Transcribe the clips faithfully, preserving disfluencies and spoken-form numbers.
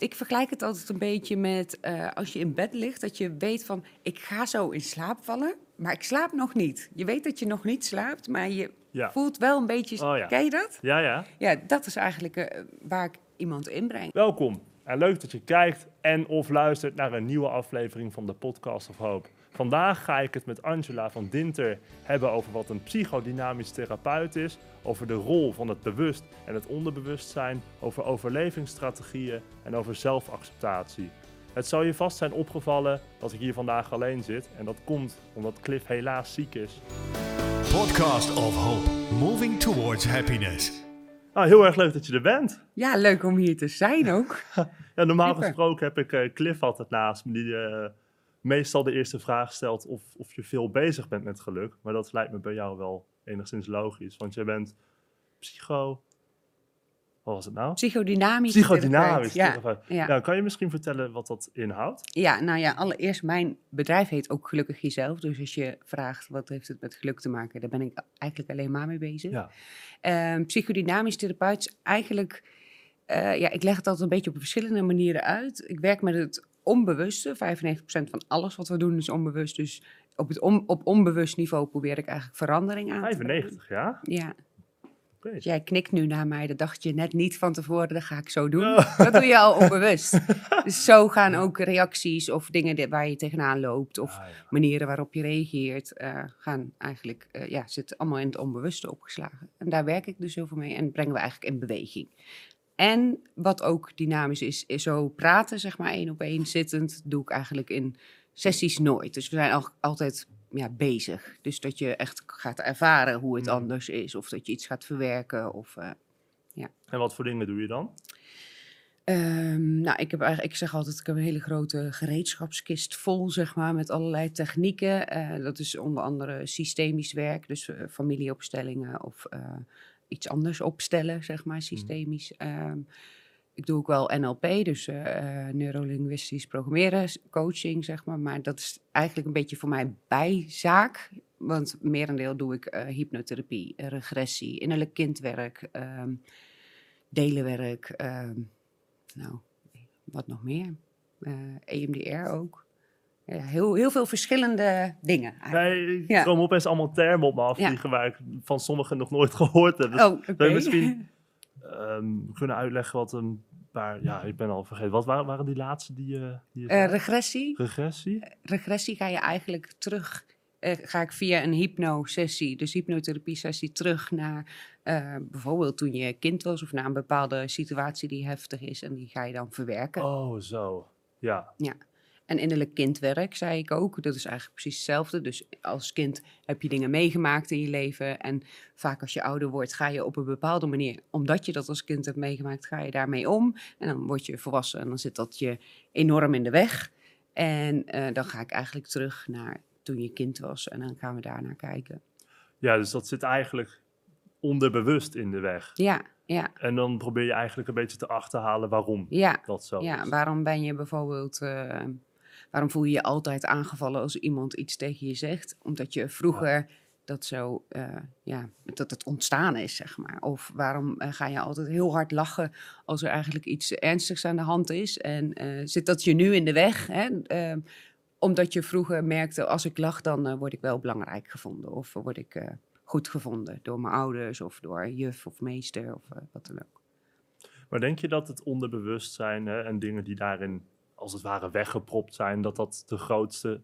ik vergelijk het altijd een beetje met uh, als je in bed ligt, dat je weet van, ik ga zo in slaap vallen, maar ik slaap nog niet. Je weet dat je nog niet slaapt, maar je Ja. voelt wel een beetje, Oh ja. ken je dat? Ja, ja. Ja, dat is eigenlijk uh, waar ik iemand inbreng. Welkom en leuk dat je kijkt en of luistert naar een nieuwe aflevering van de Podcast of Hope. Vandaag ga ik het met Angela van Dinter hebben over wat een psychodynamisch therapeut is, over de rol van het bewust en het onderbewustzijn, over overlevingsstrategieën en over zelfacceptatie. Het zal je vast zijn opgevallen dat ik hier vandaag alleen zit en dat komt omdat Cliff helaas ziek is. Podcast of Hope, moving towards happiness. Nou, heel erg leuk dat je er bent. Ja, leuk om hier te zijn ook. Ja, normaal Super. gesproken heb ik uh, Cliff altijd naast me, die uh, meestal de eerste vraag stelt of, of je veel bezig bent met geluk. Maar dat lijkt me bij jou wel enigszins logisch, want je bent psycho... Wat was het nou? Psychodynamisch. Psychodynamisch. Ja, ja. ja. Ja, kan je misschien vertellen wat dat inhoudt? Ja, nou ja, allereerst, mijn bedrijf heet ook Gelukkig Jezelf. Dus als je vraagt, wat heeft het met geluk te maken, daar ben ik eigenlijk alleen maar mee bezig. Ja. Um, psychodynamisch therapeut is eigenlijk, uh, ja, ik leg het altijd een beetje op verschillende manieren uit. Ik werk met het onbewuste. vijfennegentig procent van alles wat we doen is onbewust. Dus op het on, op onbewust niveau probeer ik eigenlijk verandering aan vijfennegentig, te ja? Ja. Okay. Jij knikt nu naar mij, dat dacht je net niet van tevoren, dat ga ik zo doen. Oh. Dat doe je al onbewust. Dus zo gaan ook reacties of dingen waar je tegenaan loopt of ah, ja. manieren waarop je reageert, uh, gaan eigenlijk, uh, ja, zitten allemaal in het onbewuste opgeslagen. En daar werk ik dus heel veel mee en brengen we eigenlijk in beweging. En wat ook dynamisch is, is zo praten, zeg maar, één op één zittend, doe ik eigenlijk in sessies nooit. Dus we zijn al, altijd... Ja, bezig. Dus dat je echt gaat ervaren hoe het mm. anders is. Of dat je iets gaat verwerken. Of, uh, ja. En wat voor dingen doe je dan? Um, nou, ik, heb eigenlijk, ik zeg altijd, ik heb een hele grote gereedschapskist vol, zeg maar, met allerlei technieken. Uh, dat is onder andere systemisch werk, dus uh, familieopstellingen of uh, iets anders opstellen, zeg maar, systemisch. Mm. Um, Ik doe ook wel N L P, dus uh, neurolinguistisch programmeren, coaching, zeg maar. Maar dat is eigenlijk een beetje voor mij bijzaak. Want merendeel doe ik uh, hypnotherapie, regressie, innerlijk kindwerk, um, delenwerk. Um, nou, wat nog meer? Uh, E M D R ook. Ja, heel, heel veel verschillende dingen. Nee, ik ja. komen opeens allemaal termen op me afvliegen ja. waar ik van sommigen nog nooit gehoord heb. Dus oh, oké. Okay. Misschien... Um, we kunnen uitleggen wat een paar... Ja, ik ben al vergeten. Wat waren, waren die laatste die je... Die je uh, regressie. Regressie? Uh, regressie ga je eigenlijk terug... Uh, ga ik via een hypnosessie, dus hypnotherapie-sessie, terug naar uh, bijvoorbeeld toen je kind was of naar een bepaalde situatie die heftig is en die ga je dan verwerken. Oh, zo. Ja. Ja. En innerlijk kindwerk, zei ik ook. Dat is eigenlijk precies hetzelfde. Dus als kind heb je dingen meegemaakt in je leven. En vaak als je ouder wordt, ga je op een bepaalde manier... omdat je dat als kind hebt meegemaakt, ga je daarmee om. En dan word je volwassen en dan zit dat je enorm in de weg. En uh, dan ga ik eigenlijk terug naar toen je kind was. En dan gaan we daar naar kijken. Ja, dus dat zit eigenlijk onderbewust in de weg. Ja, ja. En dan probeer je eigenlijk een beetje te achterhalen waarom ja, dat zo ja, is. Waarom ben je bijvoorbeeld... Uh, Waarom voel je je altijd aangevallen als iemand iets tegen je zegt? Omdat je vroeger ja. dat zo, uh, ja, dat het ontstaan is, zeg maar. Of waarom uh, ga je altijd heel hard lachen als er eigenlijk iets ernstigs aan de hand is? En uh, zit dat je nu in de weg? Hè? Uh, omdat je vroeger merkte, als ik lach, dan uh, word ik wel belangrijk gevonden. Of word ik uh, goed gevonden door mijn ouders of door juf of meester of uh, wat dan ook. Maar denk je dat het onderbewustzijn hè, en dingen die daarin... als het ware weggepropt zijn, dat dat de grootste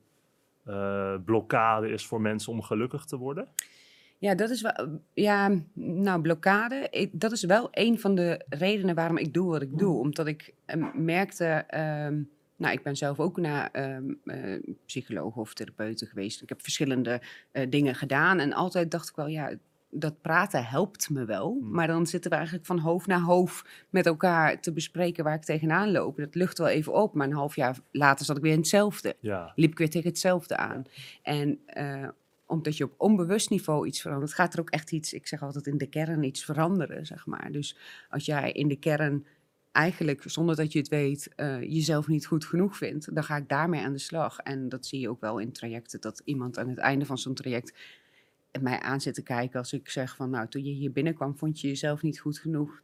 uh, blokkade is voor mensen om gelukkig te worden? Ja, dat is wel, ja, nou, blokkade, ik, dat is wel een van de redenen waarom ik doe wat ik doe. Omdat ik uh, merkte, uh, nou, ik ben zelf ook naar uh, uh, psychologen of therapeuten geweest. Ik heb verschillende uh, dingen gedaan en altijd dacht ik wel, ja... dat praten helpt me wel, hmm. maar dan zitten we eigenlijk van hoofd naar hoofd met elkaar te bespreken waar ik tegenaan loop. Dat lucht wel even op, maar een half jaar later zat ik weer in hetzelfde. Ja. Liep ik weer tegen hetzelfde aan. En uh, omdat je op onbewust niveau iets verandert, gaat er ook echt iets, ik zeg altijd in de kern iets veranderen, zeg maar. Dus als jij in de kern eigenlijk, zonder dat je het weet, uh, jezelf niet goed genoeg vindt, dan ga ik daarmee aan de slag. En dat zie je ook wel in trajecten, dat iemand aan het einde van zo'n traject mij aan zit te kijken als ik zeg van, nou, toen je hier binnenkwam, vond je jezelf niet goed genoeg.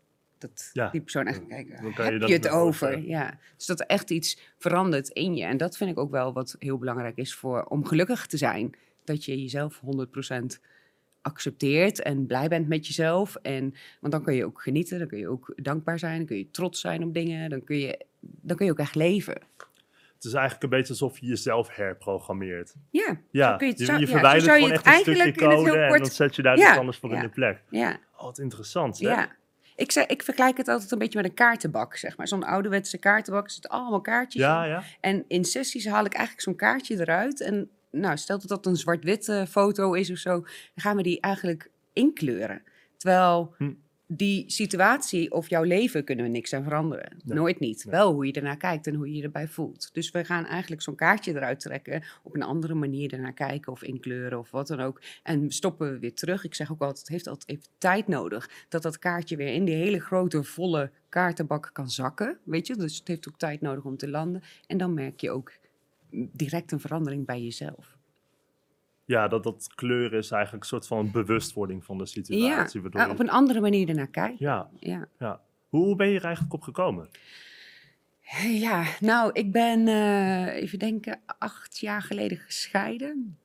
dat Ja, die persoon echt kijkt, dan kan je heb dat je het me over? voorstellen. Ja. Dus dat er echt iets verandert in je. En dat vind ik ook wel wat heel belangrijk is voor, om gelukkig te zijn. Dat je jezelf honderd procent accepteert en blij bent met jezelf. En, want dan kun je ook genieten, dan kun je ook dankbaar zijn, dan kun je trots zijn op dingen, dan kun je, dan kun je ook echt leven. Het is eigenlijk een beetje alsof je jezelf herprogrammeert. Ja, zo Ja, kun je, het, je, zo, je ja, zo verwijdert zou je gewoon het echt een stukje eigenlijk in het code heel en kort... dan zet je daar Ja, iets anders voor ja. in de plek. Ja, Oh, wat interessant, hè? ja. Ik, zeg, ik vergelijk het altijd een beetje met een kaartenbak, zeg maar. Zo'n ouderwetse kaartenbak, er zitten allemaal kaartjes Ja, in. ja. En in sessies haal ik eigenlijk zo'n kaartje eruit. En nou, stel dat dat een zwart-witte foto is of zo, dan gaan we die eigenlijk inkleuren. Terwijl Hm. die situatie of jouw leven kunnen we niks aan veranderen. Nee. Nooit niet. Nee. Wel hoe je ernaar kijkt en hoe je je erbij voelt. Dus we gaan eigenlijk zo'n kaartje eruit trekken, op een andere manier ernaar kijken of inkleuren of wat dan ook. En stoppen we weer terug. Ik zeg ook altijd, het heeft altijd even tijd nodig dat dat kaartje weer in die hele grote, volle kaartenbak kan zakken. Weet je, dus het heeft ook tijd nodig om te landen. En dan merk je ook direct een verandering bij jezelf. Ja, dat, dat kleuren is eigenlijk een soort van bewustwording van de situatie. Ja, waardoor uh, je- op een andere manier ernaar kijken. ja, Ja. ja. Hoe, hoe ben je er eigenlijk op gekomen? Ja, nou, ik ben, eh, even denken, acht jaar geleden gescheiden.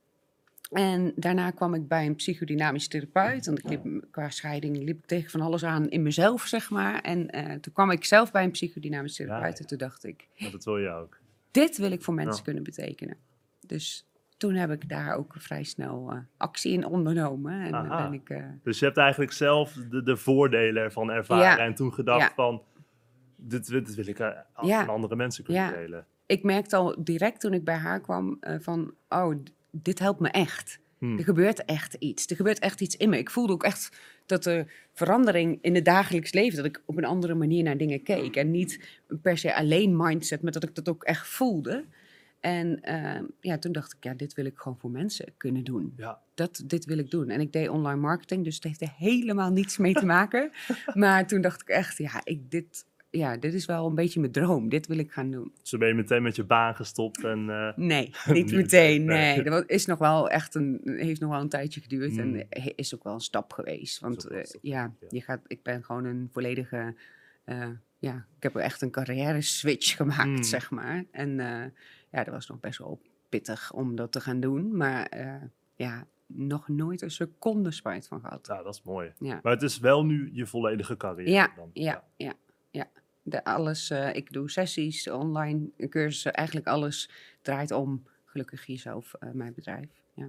En daarna kwam ik bij een psychodynamisch therapeut. Want ik liep, qua scheiding liep ik tegen van alles aan in mezelf, zeg maar. En eh, toen kwam ik zelf bij een psychodynamisch therapeut. Ja, En toen dacht ik, Ja, dat wil je ook. dit wil ik voor mensen Ja. kunnen betekenen. Dus toen heb ik daar ook vrij snel eh, actie in ondernomen. En Aha. ben ik... eh, Dus je hebt eigenlijk zelf de, de voordelen ervan ervaren Ja. en toen gedacht Ja. van, dit, dit wil ik eh, aan Ja. aan andere mensen kunnen Ja. delen. ik merkte al direct toen ik bij haar kwam eh, van, oh, d- dit helpt me echt. Hm. Er gebeurt echt iets. Er gebeurt echt iets in me. Ik voelde ook echt dat er verandering in het dagelijks leven, dat ik op een andere manier naar dingen keek. En niet per se alleen mindset, maar dat ik dat ook echt voelde. En eh, ja, toen dacht ik, ja, dit wil ik gewoon voor mensen kunnen doen. Ja. Dat, dit wil ik doen. En ik deed online marketing, dus het heeft er helemaal niets mee te maken. Maar toen dacht ik echt, ja, ik, dit, ja, dit is wel een beetje mijn droom. Dit wil ik gaan doen. Dus dan ben je meteen met je baan gestopt en... eh, Nee, Niet niet meteen, meteen. nee. Nee, dat is nog wel echt een, heeft nog wel een tijdje geduurd Hmm. en he- is ook wel een stap geweest. Want Is ook wel een eh, stap, ja, ja. je gaat, ik ben gewoon een volledige, eh, ja, ik heb echt een carrière switch gemaakt, Hmm. zeg maar. En eh, ja, dat was nog best wel pittig om dat te gaan doen, maar eh, ja, nog nooit een seconde spijt van gehad. ja, dat is mooi. Ja. Maar het is wel nu je volledige carrière Ja, dan. ja, ja, ja. De, alles, eh, ik doe sessies, online cursussen, eigenlijk alles draait om gelukkig jezelf, eh, mijn bedrijf. Ja.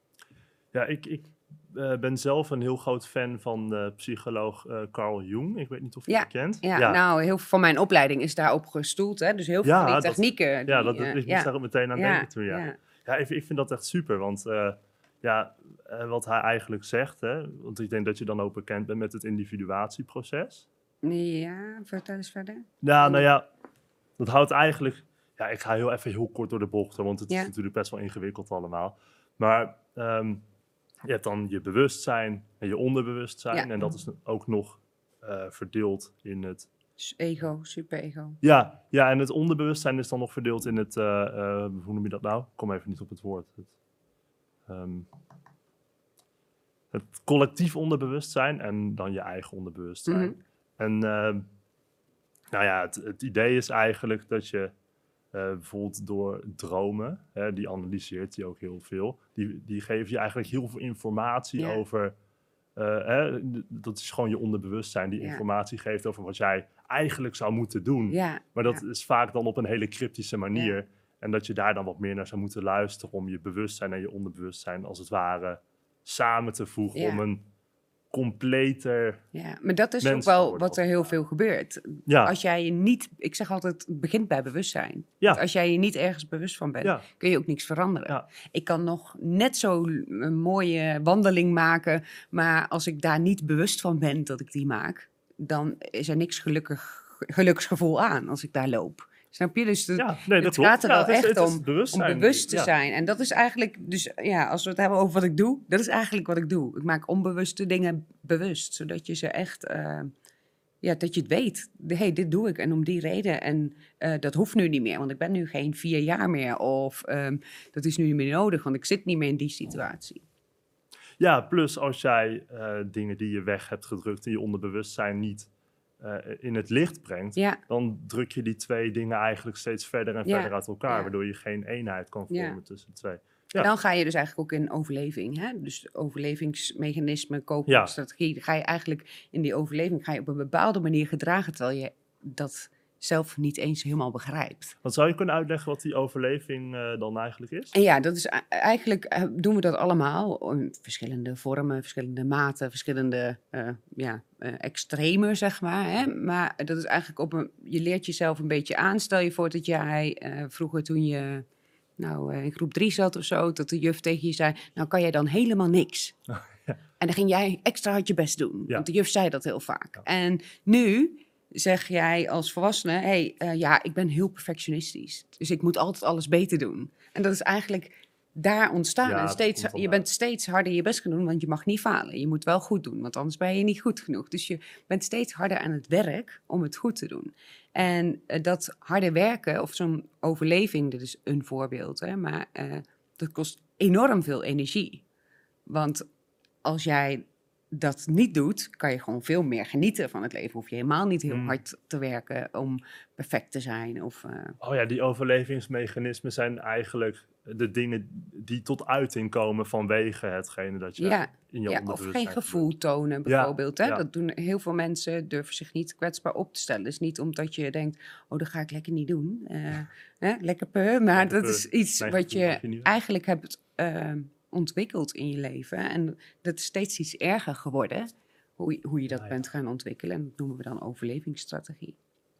Ja, ik, ik eh, ben zelf een heel groot fan van de psycholoog eh, Carl Jung. Ik weet niet of je Ja, die kent. Ja, nou, heel veel van mijn opleiding is daarop gestoeld. Hè? Dus heel veel Ja, van die dat- technieken. ja, die, dat, dat, eh, ik moest ja, daar ook meteen aan ja, denken toen, ja. ja. Ja, ik, ik vind dat echt super, want eh, ja, eh, wat hij eigenlijk zegt, hè, want ik denk dat je dan ook bekend bent met het individuatieproces. Ja, vertel eens verder. Ja, nou ja, dat houdt eigenlijk, ja, ik ga heel even heel kort door de bocht, hè, want het Ja. is natuurlijk best wel ingewikkeld allemaal. Maar ehm, je hebt dan je bewustzijn en je onderbewustzijn Ja. en dat is ook nog eh, verdeeld in het S- Ego, superego. Ja, ja, en het onderbewustzijn is dan nog verdeeld in het, eh, eh, hoe noem je dat nou? Ik kom even niet op het woord. Het, ehm, het collectief onderbewustzijn en dan je eigen onderbewustzijn. Mhm. En ehm, nou ja, het, het idee is eigenlijk dat je eh, bijvoorbeeld door dromen, hè, die analyseert die ook heel veel, die, die geven je eigenlijk heel veel informatie Ja. over, eh, hè, d- dat is gewoon je onderbewustzijn die Ja. informatie geeft over wat jij eigenlijk zou moeten doen. Ja, Maar dat ja. is vaak dan op een hele cryptische manier. En dat je daar dan wat meer naar zou moeten luisteren om je bewustzijn en je onderbewustzijn als het ware samen te voegen. Ja. Om een completer... ja, maar dat is ook Mens wel geworden, wat er heel veel gebeurt. Ja, Als jij je niet, ik zeg altijd, het begint bij bewustzijn. Ja. Want als jij je niet ergens bewust van bent, ja, kun je ook niks veranderen. Ja. Ik kan nog net zo een mooie wandeling maken, maar als ik daar niet bewust van ben dat ik die maak, dan is er niks gelukkig, geluksgevoel aan als ik daar loop. Snap je? Dus de, ja, nee, dat het klopt. gaat er Ja, wel het is- echt het is om, om bewustzijn. bewust te Ja. zijn. En dat is eigenlijk, dus ja, als we het hebben over wat ik doe, dat is eigenlijk wat ik doe. Ik maak onbewuste dingen bewust, zodat je ze echt, eh, ja, dat je het weet. Hé, hey, dit doe ik en om die reden. En eh, dat hoeft nu niet meer, want ik ben nu geen vier jaar meer. Of ehm, dat is nu niet meer nodig, want ik zit niet meer in die situatie. Ja, plus als jij eh, dingen die je weg hebt gedrukt in je onderbewustzijn niet uh, in het licht brengt, Ja. dan druk je die twee dingen eigenlijk steeds verder en Ja. verder uit elkaar, Ja. waardoor je geen eenheid kan vormen Ja. tussen twee. En Ja. dan ga je dus eigenlijk ook in overleving. Hè? Dus de overlevingsmechanismen, Ja. koopkrachtstrategie. Dan ga je eigenlijk in die overleving ga je op een bepaalde manier gedragen, terwijl je dat zelf niet eens helemaal begrijpt. Want zou je kunnen uitleggen wat die overleving uh, dan eigenlijk is? En ja, dat is a- eigenlijk uh, doen we dat allemaal in verschillende vormen, verschillende maten, verschillende uh, ja, uh, extremen, zeg maar. Hè? Maar dat is eigenlijk op een, je leert jezelf een beetje aan. Stel je voor dat jij uh, vroeger toen je nou, uh, in groep drie zat of zo, dat de juf tegen je zei, nou kan jij dan helemaal niks. Oh, ja. En dan ging jij extra hard je best doen, Ja. want de juf zei dat heel vaak. Ja. En nu zeg jij als volwassene, hé, hey, uh, ja, ik ben heel perfectionistisch. Dus ik moet altijd alles beter doen. En dat is eigenlijk daar ontstaan. Ja, en dat steeds, komt je vandaan. bent steeds harder je best gaan doen, want je mag niet falen. Je moet wel goed doen, want anders ben je niet goed genoeg. Dus je bent steeds harder aan het werk om het goed te doen. En uh, dat harde werken, of zo'n overleving, dit is een voorbeeld, hè, maar uh, dat kost enorm veel energie. Want als jij dat niet doet, kan je gewoon veel meer genieten van het leven. Hoef je helemaal niet heel Mm. hard te werken om perfect te zijn. Of, uh, Oh ja, die overlevingsmechanismen zijn eigenlijk de dingen die tot uiting komen vanwege hetgene dat je ja, in je ja, of onderbewustzijn geen gevoel tonen bijvoorbeeld. Ja, Hè? ja. Dat doen heel veel mensen, durven zich niet kwetsbaar op te stellen. Dus niet omdat je denkt, oh, dat ga ik lekker niet doen. Uh, hè? Lekker peu, maar Lekker dat peu. is iets Mijn wat gevoel je mag je niet- eigenlijk hebt uh, ontwikkeld in je leven. En dat is steeds iets erger geworden, hoe je, hoe je dat Ah, ja. bent gaan ontwikkelen. En dat noemen we dan overlevingsstrategie.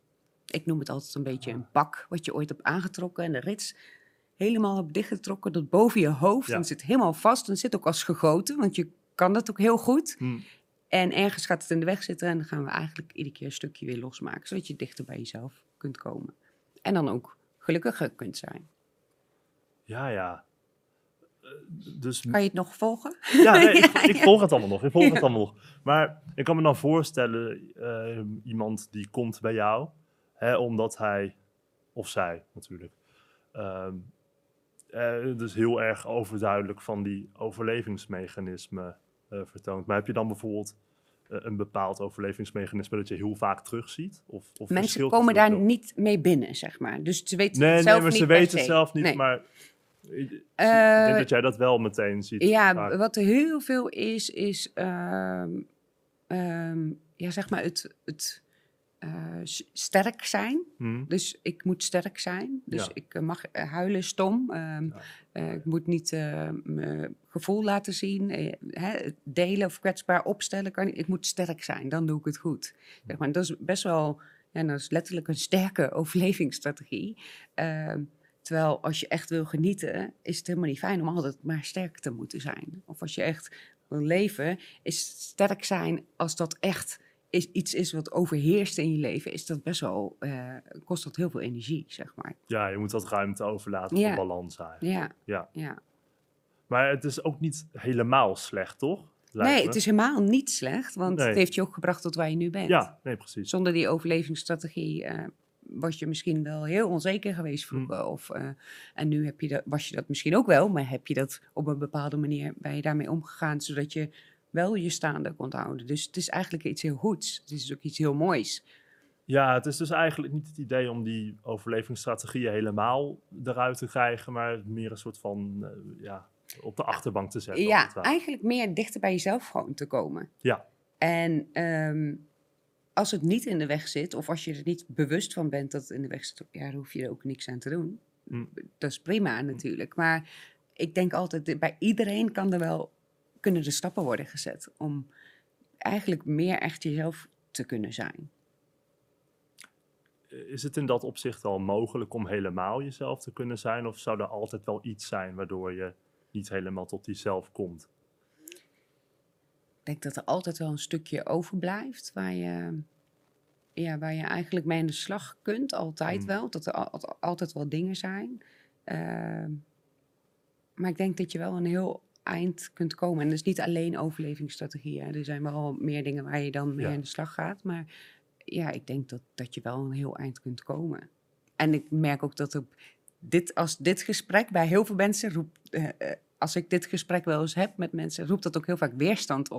Ik noem het altijd een beetje Ah. een pak wat je ooit hebt aangetrokken en de rits helemaal hebt dichtgetrokken tot boven je hoofd. Ja. En het zit helemaal vast en het zit ook als gegoten, want je kan dat ook heel goed. Hm. En ergens gaat het in de weg zitten en dan gaan we eigenlijk iedere keer een stukje weer losmaken, zodat je dichter bij jezelf kunt komen. En dan ook gelukkiger kunt zijn. Ja, ja. Uh, dus Kan je het nog volgen? Ja, nee, ik, Ja, ik ja. volg het allemaal nog. Ik volg Ja. het allemaal nog. Maar ik kan me dan voorstellen, uh, iemand die komt bij jou, hè, omdat hij, of zij natuurlijk, um, uh, dus heel erg overduidelijk van die overlevingsmechanismen uh, vertoont. Maar heb je dan bijvoorbeeld uh, een bepaald overlevingsmechanisme dat je heel vaak terugziet? Of, of Mensen verschilt komen het daar ook? niet mee binnen, zeg maar. Dus ze weten Nee, het nee, zelf maar niet ze per weten het se. zelf niet, Nee. maar ik, ik Uh, denk dat jij dat wel meteen ziet. Ja, vaak. wat er heel veel is, is um, um, ja, zeg maar het, het uh, s- sterk zijn. Hm? Dus ik moet sterk zijn. Dus Ja. ik uh, mag uh, huilen stom. Um, Ja. uh, ik moet niet uh, mijn gevoel laten zien. Uh, hè, delen of kwetsbaar opstellen. Kan ik, ik moet sterk zijn, dan doe ik het goed. Zeg maar, dat is best wel, ja, dat is letterlijk een sterke overlevingsstrategie. Um, Terwijl als je echt wil genieten, is het helemaal niet fijn om altijd maar sterk te moeten zijn. Of als je echt wil leven, is sterk zijn, als dat echt is, iets is wat overheerst in je leven, is dat best wel, uh, kost dat heel veel energie, zeg maar. Ja, je moet dat ruimte overlaten Ja. voor balans eigenlijk. Ja, Ja. ja. Maar het is ook niet helemaal slecht, toch? Lijkt Nee, me. het is helemaal niet slecht, want Nee. het heeft je ook gebracht tot waar je nu bent. Ja, nee, precies. Zonder die overlevingsstrategie uh, was je misschien wel heel onzeker geweest vroeger. Mm. Of, uh, en nu heb je dat, was je dat misschien ook wel, maar heb je dat op een bepaalde manier, ben je daarmee omgegaan, zodat je wel je staande kon houden. Dus het is eigenlijk iets heel goeds. Het is ook iets heel moois. Ja, het is dus eigenlijk niet het idee om die overlevingsstrategieën helemaal eruit te krijgen, maar meer een soort van, uh, ja, op de achterbank te zetten. als Ja, het ware. eigenlijk meer dichter bij jezelf gewoon te komen. Ja. En um, als het niet in de weg zit, of als je er niet bewust van bent dat het in de weg zit, ja, dan hoef je er ook niks aan te doen. Mm. Dat is prima natuurlijk. Maar ik denk altijd, bij iedereen kan er wel, kunnen er stappen worden gezet om eigenlijk meer echt jezelf te kunnen zijn. Is het in dat opzicht al mogelijk om helemaal jezelf te kunnen zijn? Of zou er altijd wel iets zijn waardoor je niet helemaal tot jezelf komt? Ik denk dat er altijd wel een stukje overblijft waar je, ja, waar je eigenlijk mee aan de slag kunt. Altijd Mm. wel. Dat er al, altijd wel dingen zijn. Uh, maar ik denk dat je wel een heel eind kunt komen. En dat is niet alleen overlevingsstrategieën. Er zijn wel meer dingen waar je dan mee Ja. aan de slag gaat. Maar ja, ik denk dat, dat je wel een heel eind kunt komen. En ik merk ook dat op dit, als dit gesprek bij heel veel mensen roept... Uh, uh, als ik dit gesprek wel eens heb met mensen, roept dat ook heel vaak weerstand op.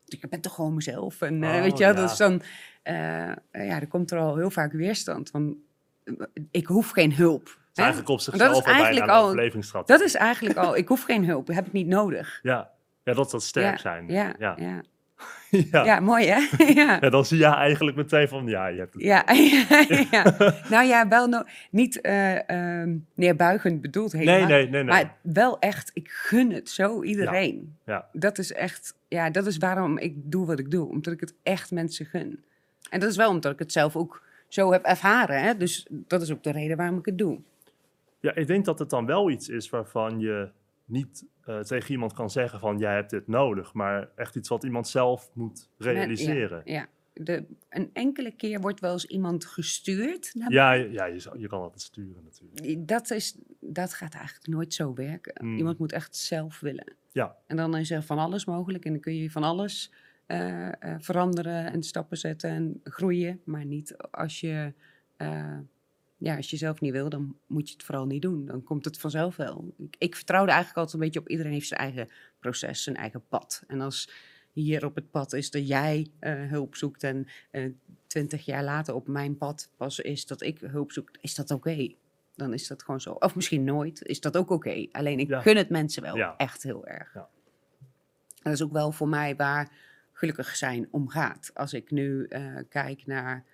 ik ben toch gewoon mezelf. En uh, Oh, weet je wel, ja. dat is dan... Uh, ja, er komt er al heel vaak weerstand. Van, uh, ik hoef geen hulp. Het is eigenlijk op Want dat zichzelf is eigenlijk bijna een al- overlevingsstrategie. Dat is eigenlijk al... Ik hoef geen hulp, heb ik niet nodig. Ja. ja, dat is dat sterk ja, zijn. Ja, Ja. ja. ja. ja, mooi hè? ja. ja, dan zie je eigenlijk meteen van, ja, je hebt het. Ja, ja. Nou ja, wel no- niet uh, um, neerbuigend bedoeld helemaal. Nee, nee, nee, nee. Maar wel echt, ik gun het zo iedereen. Ja. Ja. Dat is echt, ja, dat is waarom ik doe wat ik doe. Omdat ik het echt mensen gun. En dat is wel omdat ik het zelf ook zo heb ervaren. Hè? Dus dat is ook de reden waarom ik het doe. Ja, ik denk dat het dan wel iets is waarvan je niet uh, tegen iemand kan zeggen van, jij hebt dit nodig. Maar echt iets wat iemand zelf moet realiseren. Ja, ja. De, een enkele keer wordt wel eens iemand gestuurd. Naar ja, ja je, je kan altijd sturen natuurlijk. Dat, is, dat gaat eigenlijk nooit zo werken. Hmm. Iemand moet echt zelf willen. Ja. En dan is er van alles mogelijk. En dan kun je van alles uh, uh, veranderen en stappen zetten en groeien. Maar niet als je, uh, ja, als je zelf niet wil, dan moet je het vooral niet doen. Dan komt het vanzelf wel. Ik, ik vertrouwde eigenlijk altijd een beetje op iedereen heeft zijn eigen proces, zijn eigen pad. En als hier op het pad is dat jij uh, hulp zoekt en twintig uh, jaar later op mijn pad pas is dat ik hulp zoek, is dat oké? Okay? Dan is dat gewoon zo. Of misschien nooit, is dat ook oké. Okay. Alleen ik ja. gun het mensen wel ja. echt heel erg. Ja. En dat is ook wel voor mij waar gelukkig zijn om gaat. Als ik nu uh, kijk naar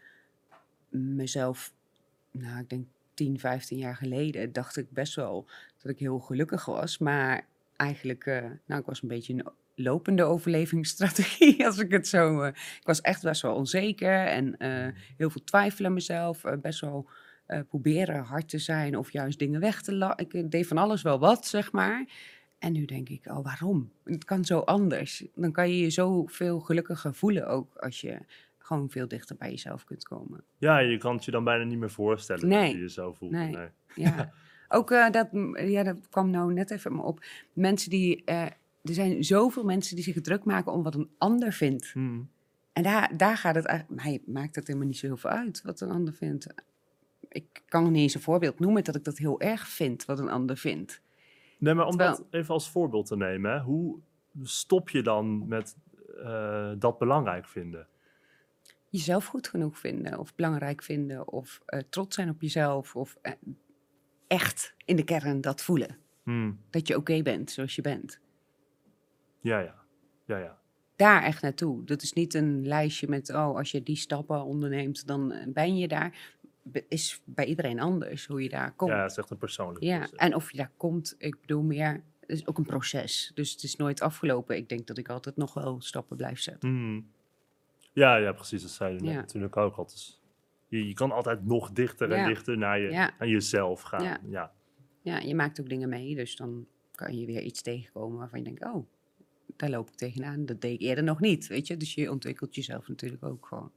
mezelf, nou ik denk tien, vijftien jaar geleden, dacht ik best wel dat ik heel gelukkig was. Maar eigenlijk, uh, nou ik was een beetje een lopende overlevingsstrategie, als ik het zo... Uh, ik was echt best wel onzeker en uh, heel veel twijfelen aan mezelf. Uh, best wel uh, proberen hard te zijn of juist dingen weg te laten. Ik deed van alles wel wat, zeg maar. En nu denk ik, oh, waarom? Het kan zo anders. Dan kan je je zoveel gelukkiger voelen ook als je gewoon veel dichter bij jezelf kunt komen. Ja, je kan het je dan bijna niet meer voorstellen nee. dat je je zo voelt. Nee, nee. Ja. Ook uh, dat, ja, dat kwam nou net even me op. Mensen die... Uh, Er zijn zoveel mensen die zich druk maken om wat een ander vindt. Hmm. En daar, daar gaat het eigenlijk... Mij maakt het helemaal niet zo heel veel uit wat een ander vindt. Ik kan nog niet eens een voorbeeld noemen dat ik dat heel erg vind, wat een ander vindt. Nee, maar om Terwijl, dat even als voorbeeld te nemen. Hè, hoe stop je dan met uh, dat belangrijk vinden? Jezelf goed genoeg vinden of belangrijk vinden. Of uh, trots zijn op jezelf. Of uh, echt in de kern dat voelen. Hmm. Dat je oké okay bent zoals je bent. Ja, ja. ja, ja. Daar echt naartoe. Dat is niet een lijstje met, oh, als je die stappen onderneemt, dan ben je daar. Is bij iedereen anders hoe je daar komt. Ja, het is echt een persoonlijk ja, proces. En of je daar komt, ik bedoel meer, het is ook een proces. Dus het is nooit afgelopen. Ik denk dat ik altijd nog wel stappen blijf zetten. Hmm. Ja, ja, precies. Dat zei je ja. natuurlijk ook altijd. Je, je kan altijd nog dichter en ja. dichter naar, je, ja. naar jezelf gaan. Ja. Ja. ja, je maakt ook dingen mee. Dus dan kan je weer iets tegenkomen waarvan je denkt, oh, daar loop ik tegenaan. Dat deed ik eerder nog niet, weet je. Dus je ontwikkelt jezelf natuurlijk ook gewoon.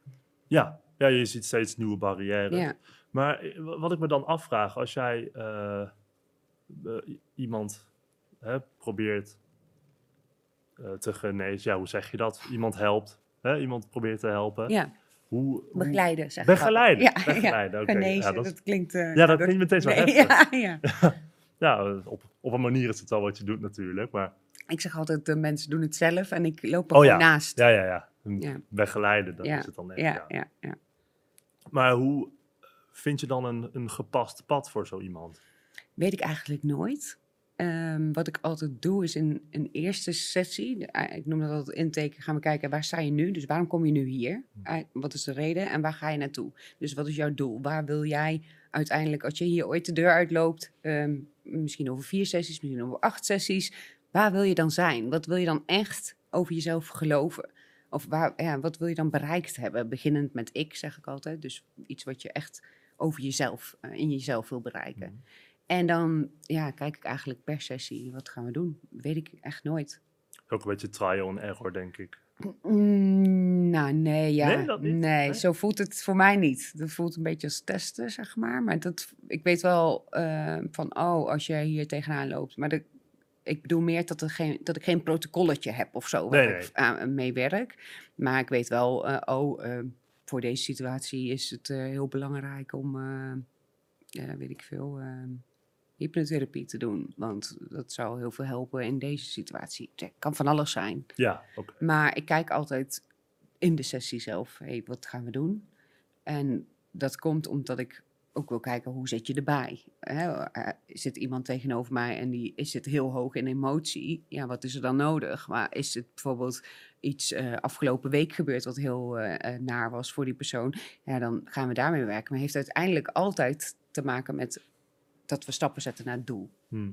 Ja, ja je ziet steeds nieuwe barrières. Ja. Maar wat ik me dan afvraag, als jij uh, uh, iemand hè, probeert uh, te genezen, ja, hoe zeg je dat? Iemand helpt, hè? Iemand probeert te helpen. Ja. Hoe, hoe... Begeleiden, zeg Begeleiden, ja, begeleiden. Ja. Okay. Genezen, ja, dat, dat klinkt... Uh, ja, dat door... klinkt meteen zo nee, heftig. Ja, ja. ja op, op een manier is het wel wat je doet natuurlijk, maar... Ik zeg altijd, de mensen doen het zelf en ik loop er oh, ja. naast. Ja, ja, ja. ja. Begeleiden, dat ja. is het dan echt. Ja, ja. Ja, ja. Maar hoe vind je dan een, een gepast pad voor zo iemand? Weet ik eigenlijk nooit. Um, wat ik altijd doe is in een eerste sessie, ik noem dat altijd intake, gaan we kijken waar sta je nu? Dus waarom kom je nu hier? Uh, wat is de reden en waar ga je naartoe? Dus wat is jouw doel? Waar wil jij uiteindelijk, als je hier ooit de deur uitloopt, um, misschien over vier sessies, misschien over acht sessies, waar wil je dan zijn? Wat wil je dan echt over jezelf geloven? Of waar, ja, wat wil je dan bereikt hebben? Beginnend met ik, zeg ik altijd. Dus iets wat je echt over jezelf, uh, in jezelf wil bereiken. Mm. En dan ja, kijk ik eigenlijk per sessie, wat gaan we doen? Weet ik echt nooit. Ook een beetje trial and error, denk ik. Mm, nou, nee, ja. Nee, dat niet? Nee, nee, zo voelt het voor mij niet. Dat voelt een beetje als testen, zeg maar. Maar dat, ik weet wel uh, van, oh, als je hier tegenaan loopt. Maar de, ik bedoel meer dat, er geen, dat ik geen protocolletje heb of zo, waar nee, ik aan mee werk. Maar ik weet wel, uh, oh, uh, voor deze situatie is het uh, heel belangrijk om, uh, uh, weet ik veel... Uh, hypnotherapie te doen. Want dat zou heel veel helpen in deze situatie. Het kan van alles zijn. Ja, oké. Maar ik kijk altijd in de sessie zelf. Hey, wat gaan we doen? En dat komt omdat ik ook wil kijken, hoe zit je erbij? Hè, eh, zit iemand tegenover mij en die is zit heel hoog in emotie? Ja, wat is er dan nodig? Maar is het bijvoorbeeld iets eh, afgelopen week gebeurd wat heel eh, eh, naar was voor die persoon? Ja, dan gaan we daarmee werken. Maar heeft uiteindelijk altijd te maken met dat we stappen zetten naar het doel. Hm.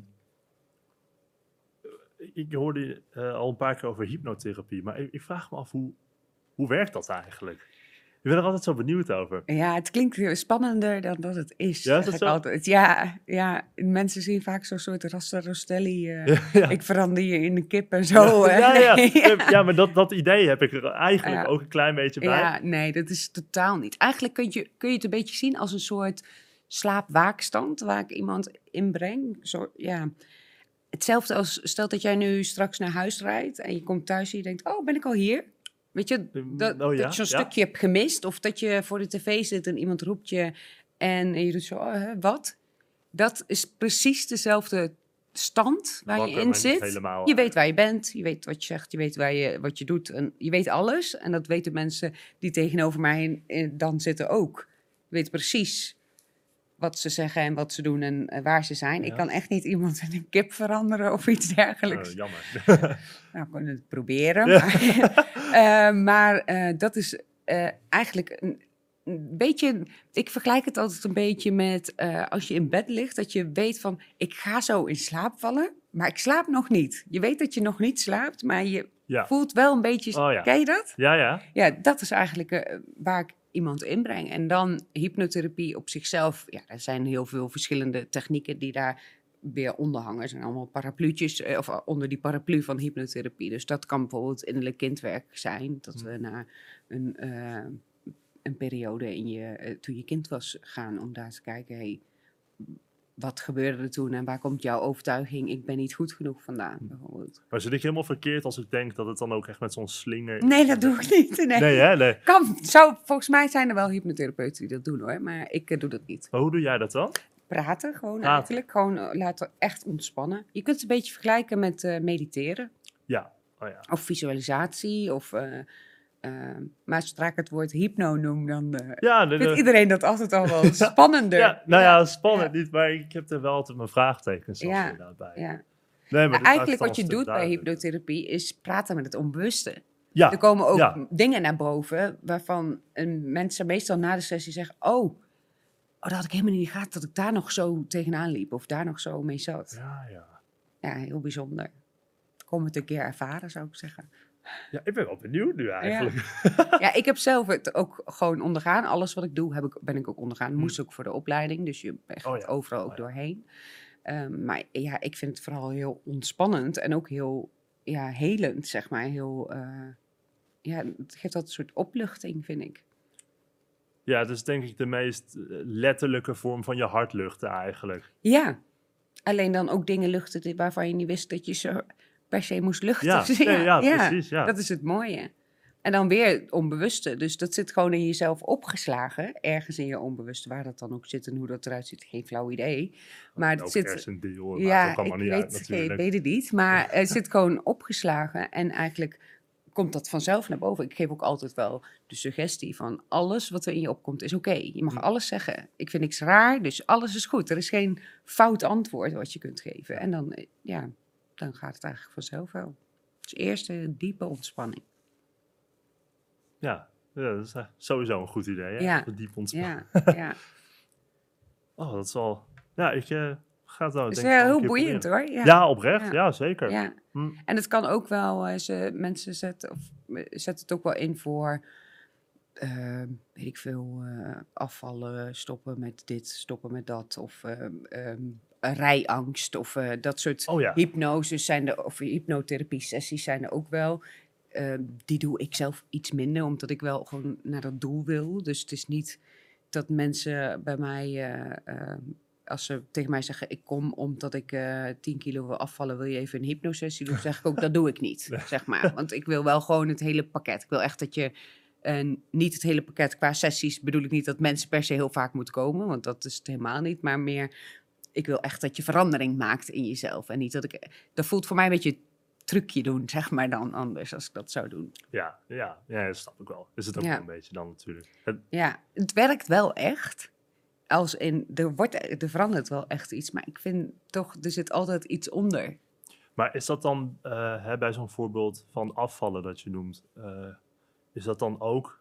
Ik hoorde uh, al een paar keer over hypnotherapie, maar ik, ik vraag me af, hoe, hoe werkt dat eigenlijk? Ik ben er altijd zo benieuwd over. Ja, het klinkt heel spannender dan dat het is. Ja, is zeg dat ik zo? altijd. Ja, ja, mensen zien vaak zo'n soort Rasta Rostelli. eh, Ja, ja. Ik verander je in een kip en zo. hè. ja, ja, Nee, ja. ja, maar dat, dat idee heb ik er eigenlijk Ja. ook een klein beetje bij. Ja, nee, dat is totaal niet. Eigenlijk kun je, kun je het een beetje zien als een soort slaapwaakstand waar ik iemand inbreng. Zo, ja. Hetzelfde als, stel dat jij nu straks naar huis rijdt en je komt thuis en je denkt, oh, ben ik al hier? Weet je, dat, Oh ja, dat je zo'n ja. stukje hebt gemist of dat je voor de tv zit en iemand roept je en je doet zo, oh, hè, wat? Dat is precies dezelfde stand waar Wakker, je in maar niet zit. helemaal Je weet waar je bent, je weet wat je zegt, je weet waar je, wat je doet. En je weet alles. En dat weten mensen die tegenover mij in- in- dan zitten ook. Je weet precies wat ze zeggen en wat ze doen en eh, waar ze zijn. Ja. Ik kan echt niet iemand in een kip veranderen of iets dergelijks. Oh, jammer. Nou, we kunnen het proberen. Ja. Maar, eh, maar eh, dat is eh, eigenlijk een, een beetje... Ik vergelijk het altijd een beetje met eh, als je in bed ligt, dat je weet van, ik ga zo in slaap vallen, maar ik slaap nog niet. Je weet dat je nog niet slaapt, maar je Ja. voelt wel een beetje... Oh ja. Ken je dat? Ja, ja. Ja, dat is eigenlijk eh, waar ik iemand inbreng. En dan hypnotherapie op zichzelf. Ja, er zijn heel veel verschillende technieken die daar weer onder hangen. Er zijn allemaal parapluutjes, eh, of onder die paraplu van hypnotherapie. Dus dat kan bijvoorbeeld innerlijk kindwerk zijn. Dat we naar een, eh, een periode in je, eh, toen je kind was gaan, om daar te kijken, hey, wat gebeurde er toen en waar komt jouw overtuiging, ik ben niet goed genoeg vandaan, bijvoorbeeld. Maar zit ik helemaal verkeerd als ik denk dat het dan ook echt met zo'n slinger... Nee, dat doe ik niet. Nee. Nee, hè? Nee. Kan, zou, volgens mij zijn er wel hypnotherapeuten die dat doen hoor, maar ik eh, doe dat niet. Maar hoe doe jij dat dan? Praten gewoon Praten. eigenlijk, gewoon eh, laten echt ontspannen. Je kunt het een beetje vergelijken met eh, mediteren Ja. Oh ja. of visualisatie. Of, eh, eh, maar zodra ik het woord hypno noem, dan eh, Ja, de, vindt de- iedereen dat altijd al wel spannender. ja, nou ja, ja, spannend ja. niet, maar ik heb er wel altijd mijn vraagtekens zelfs Ja, inderdaad bij. ja. Nee, Maar maar dit eigenlijk maakt wat je het al een doet stuk bij duidelijker. hypnotherapie is praten met het onbewuste. Ja, Er komen ook ja. dingen naar boven waarvan een mensen meestal na de sessie zeggen, oh, oh, dat had ik helemaal niet in de gaten dat ik daar nog zo tegenaan liep of daar nog zo mee zat. Ja, ja. Ja, heel bijzonder. Kom het een keer ervaren, zou ik zeggen. Ja, ik ben wel benieuwd nu eigenlijk. Ja, ik heb zelf het ook gewoon ondergaan. Alles wat ik doe, heb ik, ben ik ook ondergaan. Hm. Moest ook voor de opleiding, dus je gaat Oh ja. overal ook Oh ja. doorheen. Ehm, maar ja, ik vind het vooral heel ontspannend en ook heel ja, helend, zeg maar. Heel, eh, ja, het geeft altijd een soort opluchting, vind ik. Ja, het is denk ik de meest eh, letterlijke vorm van je hart luchten eigenlijk. Ja, alleen dan ook dingen luchten die- waarvan je niet wist dat je ze per se moest luchten. Ja, Dus nee, ja, precies, ja. Dat is het mooie. En dan weer het onbewuste. Dus dat zit gewoon in jezelf opgeslagen. Ergens in je onbewuste. Waar dat dan ook zit en hoe dat eruit ziet, geen flauw idee. Maar het Ook zit... hersendeel, het maakt Ja, ook allemaal ik niet uit weet, ik natuurlijk. weet het niet. Maar het zit gewoon opgeslagen. En eigenlijk komt dat vanzelf naar boven. Ik geef ook altijd wel de suggestie van alles wat er in je opkomt is oké. Je mag Hm. alles zeggen. Ik vind niks raar, dus alles is goed. Er is geen fout antwoord wat je kunt geven. En dan, eh, ja, dan gaat het eigenlijk vanzelf wel. Dus eerst een diepe ontspanning. Ja, ja, dat is eh, sowieso een goed idee. Hè? Ja. Even diep ontspannen. Ja, ja. Oh, dat is wel... Ja, ik eh, ga het nou Het is denk ik wel wel een heel keer boeiend proberen. hoor. Ja. Ja, oprecht. Ja, Ja. zeker. Ja. Hm. En het kan ook wel, eh, ze, mensen zetten, of, eh, zetten het ook wel in voor, eh, weet ik veel, eh, afvallen, stoppen met dit, stoppen met dat. Of eh, ehm, rijangst of eh, dat soort Oh ja. hypnoses zijn er, of hypnotherapie sessies zijn er ook wel. Ehm, die doe ik zelf iets minder, omdat ik wel gewoon naar dat doel wil. Dus het is niet dat mensen bij mij, eh, ehm, als ze tegen mij zeggen, ik kom omdat ik eh tien kilo wil afvallen, wil je even een hypnosessie doen? Dan zeg ik ook, dat doe ik niet, zeg maar. Want ik wil wel gewoon het hele pakket. Ik wil echt dat je, uh, niet het hele pakket qua sessies, bedoel ik niet dat mensen per se heel vaak moeten komen, want dat is het helemaal niet. Maar meer ik wil echt dat je verandering maakt in jezelf. En niet dat ik... Dat voelt voor mij een beetje trucje doen, zeg maar dan anders, als ik dat zou doen. Ja, ja, ja, dat snap ik wel. Is het ook Ja. wel een beetje dan natuurlijk. Het, Ja, het werkt wel echt. Als in, er, wordt, er verandert wel echt iets. Maar ik vind toch, er zit altijd iets onder. maar is dat dan, eh, hè, bij zo'n voorbeeld van afvallen dat je noemt, eh, is dat dan ook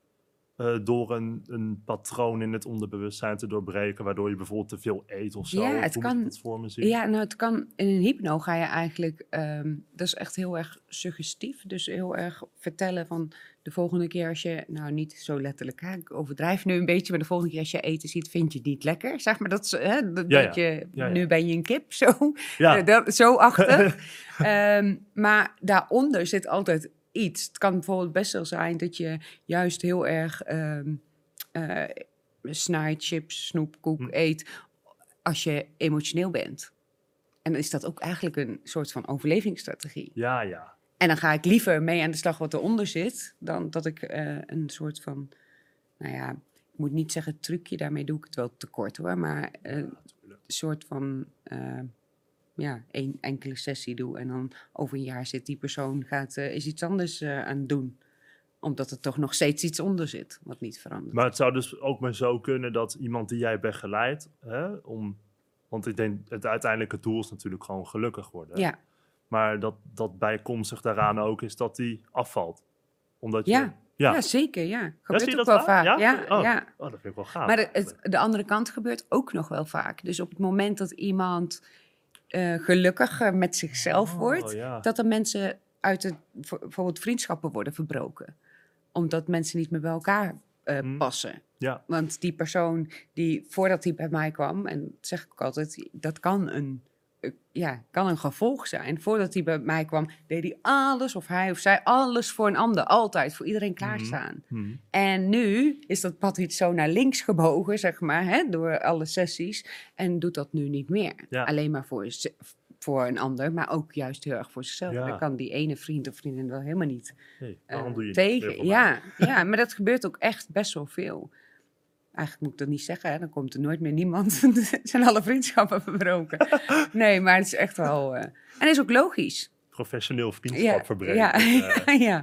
eh, door een, een patroon in het onderbewustzijn te doorbreken, waardoor je bijvoorbeeld te veel eet of zo? Ja, Of het hoe moet kan- ik dat voor me zien? Ja, nou het kan, in een hypno ga je eigenlijk, ehm, dat is echt heel erg suggestief. Dus heel erg vertellen van de volgende keer als je, nou niet zo letterlijk, hè, ik overdrijf nu een beetje, maar de volgende keer als je eten ziet, vind je het niet lekker. Zeg maar dat, is, hè, dat, Ja, dat ja. je, Ja, ja. nu ben je een kip, zo. Ja, Eh, dat, zo achter. Ehm, maar daaronder zit altijd iets. Het kan bijvoorbeeld best wel zijn dat je juist heel erg ehm eh, snaai, chips, snoep, koek Hm. eet als je emotioneel bent. En dan is dat ook eigenlijk een soort van overlevingsstrategie. ja, ja. En dan ga ik liever mee aan de slag wat eronder zit, dan dat ik eh, een soort van, nou ja, ik moet niet zeggen trucje, daarmee doe ik het wel tekort hoor, maar eh, Ja, een natuurlijk. soort van, eh, ja, één enkele sessie doe en dan over een jaar zit die persoon, gaat, eh, is iets anders eh, aan het doen. Omdat er toch nog steeds iets onder zit, wat niet verandert. Maar het zou dus ook maar zo kunnen dat iemand die jij begeleidt, hè, om, want ik denk het uiteindelijke doel is natuurlijk gewoon gelukkig worden. ja, Maar dat, dat bijkomstig daaraan ook is dat die afvalt. Omdat je, Ja, ja. ja, zeker, ja. Ja, Gebeurt zie je ook dat wel vaak. Ja? Ja, oh. ja. oh, dat vind ik wel gaaf. Maar de, het, eigenlijk. de andere kant gebeurt ook nog wel vaak. Dus op het moment dat iemand eh, gelukkiger met zichzelf Oh, wordt, ja. dat er mensen uit het, voor- bijvoorbeeld vriendschappen worden verbroken. Omdat mensen niet meer bij elkaar eh, Hmm. passen. Ja, Want die persoon die voordat hij bij mij kwam, en dat zeg ik ook altijd, dat kan een, eh, ja, kan een gevolg zijn. Voordat hij bij mij kwam, deed hij alles, of hij of zij, alles voor een ander. Altijd, voor iedereen klaarstaan. hm. En nu is dat pad iets zo naar links gebogen, zeg maar, hè, door alle sessies. En doet dat nu niet meer. Ja. Alleen maar voor, z- voor een ander, maar ook juist heel erg voor zichzelf. Ja. Dan kan die ene vriend of vriendin wel helemaal niet Hey, eh, waarom doe je niet meer tegen. voor mij? Ja, ja, maar dat gebeurt ook echt best wel veel. Eigenlijk moet ik dat niet zeggen, hè? Dan komt er nooit meer niemand. Zijn alle vriendschappen verbroken. Nee, maar het is echt wel... eh, En het is ook logisch. Professioneel vriendschap Ja, verbreken. ja, eh. ja.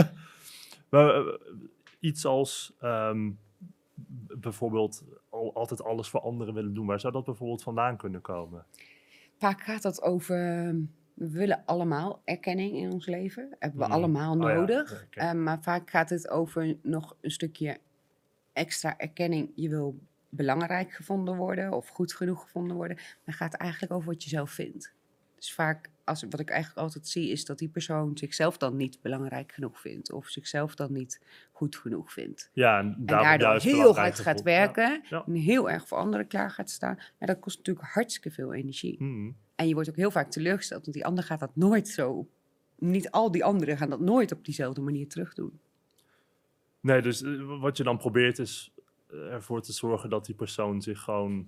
Maar, eh, iets als ehm, b- bijvoorbeeld al, altijd alles voor anderen willen doen. Waar zou dat bijvoorbeeld vandaan kunnen komen? Vaak gaat dat over... We willen allemaal erkenning in ons leven. Hebben we Mm. allemaal Oh ja, nodig. ja, oké. Eh, maar vaak gaat het over nog een stukje extra erkenning. Je wil belangrijk gevonden worden of goed genoeg gevonden worden. Maar het gaat eigenlijk over wat je zelf vindt. Dus vaak, als, wat ik eigenlijk altijd zie, is dat die persoon zichzelf dan niet belangrijk genoeg vindt. Of zichzelf dan niet goed genoeg vindt. Ja, en, En daarom daardoor juist heel belangrijk hard gaat gevoel. Ja. werken. Ja. En heel erg voor anderen klaar gaat staan. Maar dat kost natuurlijk hartstikke veel energie. Hm. En je wordt ook heel vaak teleurgesteld, want die ander gaat dat nooit zo. Niet al die anderen gaan dat nooit op diezelfde manier terugdoen. Nee, dus eh, wat je dan probeert is eh, ervoor te zorgen dat die persoon zich gewoon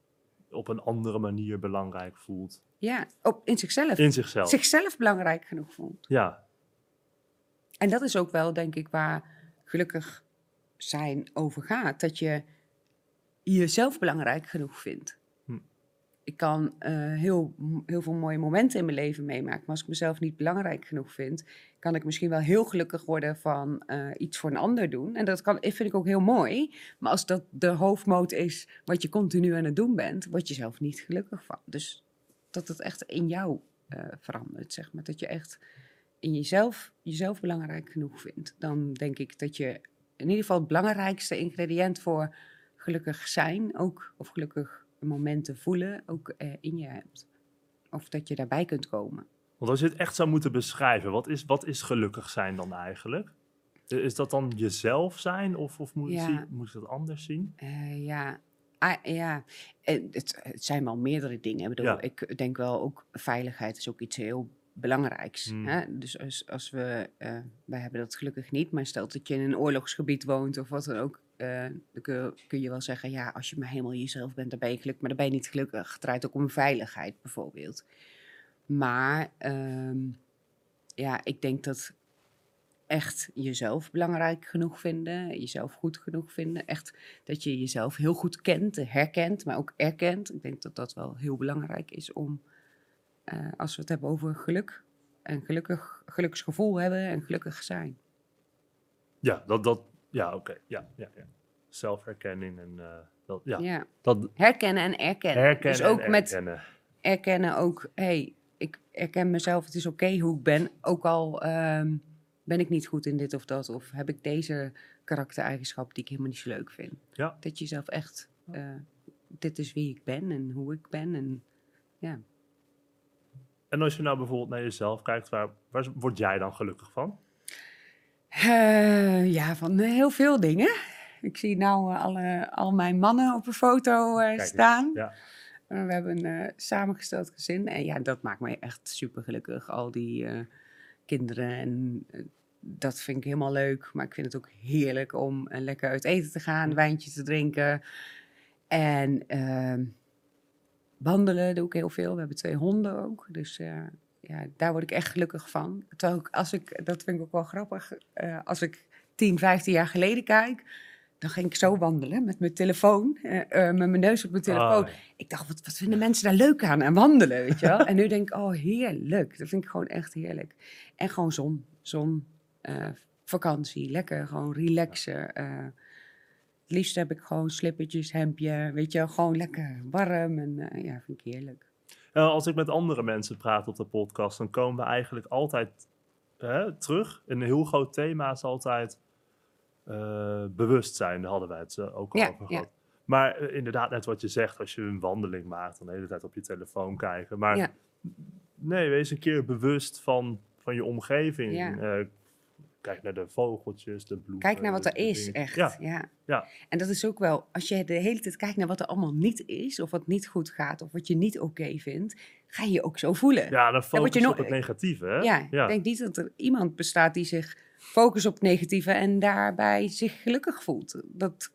op een andere manier belangrijk voelt. Ja, op, in zichzelf. In zichzelf. Zichzelf belangrijk genoeg vond. Ja, En dat is ook wel, denk ik, waar gelukkig zijn over gaat. Dat je jezelf belangrijk genoeg vindt. Hm. Ik kan eh, heel, heel veel mooie momenten in mijn leven meemaken. Maar als ik mezelf niet belangrijk genoeg vind, kan ik misschien wel heel gelukkig worden van eh, iets voor een ander doen. En dat kan, vind ik ook heel mooi. Maar als dat de hoofdmoot is wat je continu aan het doen bent, word je zelf niet gelukkig van. Dus dat het echt in jou eh, verandert, zeg maar. Dat je echt in jezelf, jezelf belangrijk genoeg vindt. Dan denk ik dat je in ieder geval het belangrijkste ingrediënt voor gelukkig zijn ook, of gelukkig momenten voelen, ook eh, in je hebt. Of dat je daarbij kunt komen. want als je het echt zou moeten beschrijven, wat is, wat is gelukkig zijn dan eigenlijk? I- Is dat dan jezelf zijn of, of moet, Ja. zie- moet je dat anders zien? Eh, ja, ah, ja. Eh, het, het zijn wel meerdere dingen. Ik bedoel, Ja. ik denk wel ook veiligheid is ook iets heel belangrijks. Hmm. Hè? Dus als, als we, eh, wij hebben dat gelukkig niet, maar stel dat je in een oorlogsgebied woont of wat dan ook, eh, dan kun, kun je wel zeggen, ja, als je maar helemaal jezelf bent, dan ben je gelukkig, maar dan ben je niet gelukkig. Het draait ook om veiligheid bijvoorbeeld. Maar ehm, ja, ik denk dat echt jezelf belangrijk genoeg vinden, jezelf goed genoeg vinden. Echt dat je jezelf heel goed kent, herkent, maar ook erkent. Ik denk dat dat wel heel belangrijk is om, uh, als we het hebben over geluk, een gelukkig, geluksgevoel hebben en gelukkig zijn. Ja, dat, dat, ja, oké, okay. ja, ja, ja. Zelfherkenning en uh, dat, ja. ja. Dat, herkennen en erkennen. herkennen dus ook en met erkennen. erkennen ook, hé, hey, ik erken mezelf, het is oké okay hoe ik ben, ook al um, ben ik niet goed in dit of dat, of heb ik deze karaktereigenschap die ik helemaal niet zo leuk vind. Ja. Dat je jezelf echt, uh, dit is wie ik ben en hoe ik ben en ja. En als je nou bijvoorbeeld naar jezelf kijkt, waar, waar word jij dan gelukkig van? Uh, ja, van heel veel dingen. Ik zie nou uh, alle, al mijn mannen op een foto uh, staan. Ja. Uh, we hebben een uh, samengesteld gezin. En ja, dat maakt mij echt super gelukkig. Al die uh, kinderen. En uh, dat vind ik helemaal leuk. Maar ik vind het ook heerlijk om uh, lekker uit eten te gaan. Een wijntje te drinken. En uh, wandelen doe ik heel veel. We hebben twee honden ook. Dus uh, ja, daar word ik echt gelukkig van. Terwijl ik, als ik, dat vind ik ook wel grappig. Uh, als ik tien, vijftien jaar geleden kijk, dan ging ik zo wandelen met mijn telefoon, uh, uh, met mijn neus op mijn telefoon. Oh, ja. Ik dacht, wat, wat vinden mensen daar leuk aan, aan wandelen, weet je wel? En nu denk ik, oh, heerlijk. Dat vind ik gewoon echt heerlijk. En gewoon zon, zon, uh, vakantie, lekker, gewoon relaxen. Uh, het liefst heb ik gewoon slippertjes, hemdje, weet je wel, gewoon lekker warm. En uh, ja, vind ik heerlijk. Uh, als ik met andere mensen praat op de podcast, dan komen we eigenlijk altijd uh, terug. Een heel groot thema is altijd uh, bewustzijn. Daar hadden wij het uh, ook al ja, over ja. gehad. Maar uh, inderdaad, net wat je zegt, als je een wandeling maakt, dan de hele tijd op je telefoon kijken. Maar ja. nee, wees een keer bewust van, van je omgeving. Ja. Uh, kijk naar de vogeltjes, de bloemen. Kijk naar wat er is, dingen. echt. Ja. Ja. ja. En dat is ook wel, als je de hele tijd kijkt naar wat er allemaal niet is, of wat niet goed gaat, of wat je niet oké okay vindt, ga je je ook zo voelen. Ja, dan focus je no- op het negatieve, hè? Ja, ja, ik denk niet dat er iemand bestaat die zich focust op het negatieve en daarbij zich gelukkig voelt. Dat,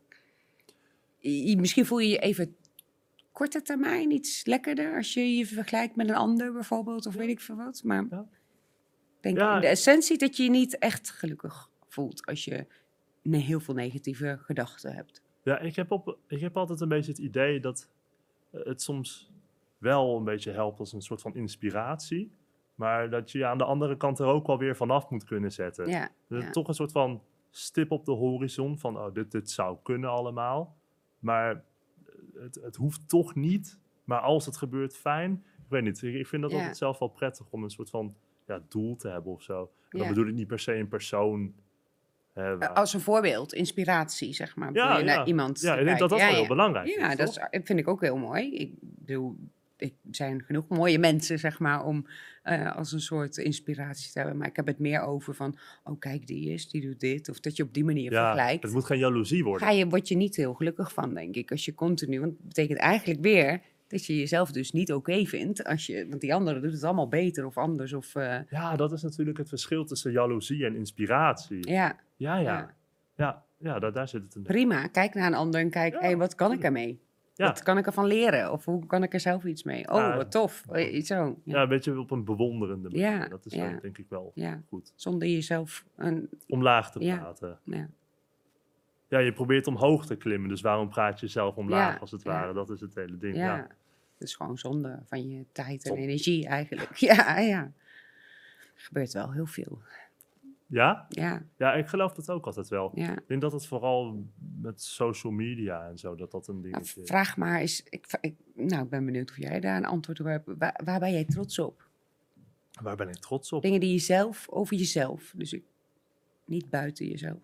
je, misschien voel je je even korte termijn iets lekkerder als je je vergelijkt met een ander bijvoorbeeld, of weet ik veel wat. Maar ja. ik denk ja. in de essentie dat je je niet echt gelukkig voelt als je heel veel negatieve gedachten hebt. Ja, ik heb, op, ik heb altijd een beetje het idee dat het soms wel een beetje helpt als een soort van inspiratie. Maar dat je aan de andere kant er ook wel weer vanaf moet kunnen zetten. Ja, dus ja. Toch een soort van stip op de horizon van oh, dit, dit zou kunnen allemaal. Maar het, het hoeft toch niet. Maar als het gebeurt, fijn. Ik weet niet, ik, ik vind dat ja. altijd zelf wel prettig om een soort van ja, doel te hebben of zo. En dan ja. bedoel ik niet per se een persoon. Hè, waar... Als een voorbeeld, inspiratie, zeg maar. Ja, je ja. naar iemand ja, ik denk dat dat ja, wel ja. heel belangrijk ja, is. Ja, dat is, vind ik ook heel mooi. Ik bedoel, er zijn genoeg mooie mensen, zeg maar, om uh, als een soort inspiratie te hebben. Maar ik heb het meer over van, oh kijk, die is, die doet dit. Of dat je op die manier ja, vergelijkt. Het moet geen jaloezie worden. Ga je, word je niet heel gelukkig van, denk ik, als je continu... Want het betekent eigenlijk weer dat je jezelf dus niet oké okay vindt. Als je, want die andere doet het allemaal beter of anders. Of, uh... Ja, dat is natuurlijk het verschil tussen jaloezie en inspiratie. Ja. Ja, ja. ja. Ja, ja daar, daar zit het in. Prima, kijk naar een ander en kijk, ja, hey, wat kan ik ermee? Ja. Wat kan ik ervan leren? Of hoe kan ik er zelf iets mee? Oh, ja, wat tof. Iets zo. Ja. ja, een beetje op een bewonderende manier. Ja, dat is ja. dan, denk ik wel ja. goed. Zonder jezelf... Een... Omlaag te praten. Ja. Ja. ja, je probeert omhoog te klimmen. Dus waarom praat je jezelf omlaag, ja. als het ja. ware? Dat is het hele ding. Ja, ja. het is gewoon zonde van je tijd en Zonde. energie eigenlijk. Ja, ja. Er gebeurt wel heel veel. Ja? Ja. Ja, ik geloof dat ook altijd wel. Ja. Ik denk dat het vooral met social media en zo, dat dat een ding nou, is. Vraag maar eens, ik, ik, nou, ik ben benieuwd of jij daar een antwoord op hebt. Waar, waar ben jij trots op? Waar ben ik trots op? Dingen die je zelf, over jezelf, dus ik, niet buiten jezelf.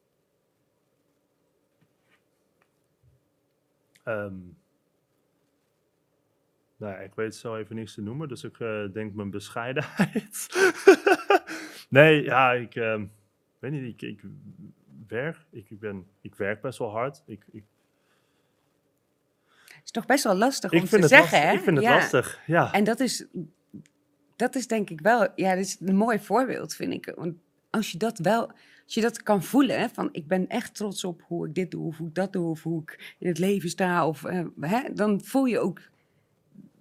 Um, nou, ik weet zo even niks te noemen, dus ik uh, denk mijn bescheidenheid. nee, ja, ik uh, weet niet, ik, ik werk, ik, ik, ben, ik werk best wel hard. Ik, ik... Het is toch best wel lastig ik om vind te het zeggen, lastig, hè? Ik vind het ja. lastig, ja. En dat is, dat is denk ik wel, ja, dat is een mooi voorbeeld, vind ik. Want als je dat wel, als je dat kan voelen, hè, van ik ben echt trots op hoe ik dit doe, of hoe ik dat doe, of hoe ik in het leven sta, of, uh, hè, dan voel je ook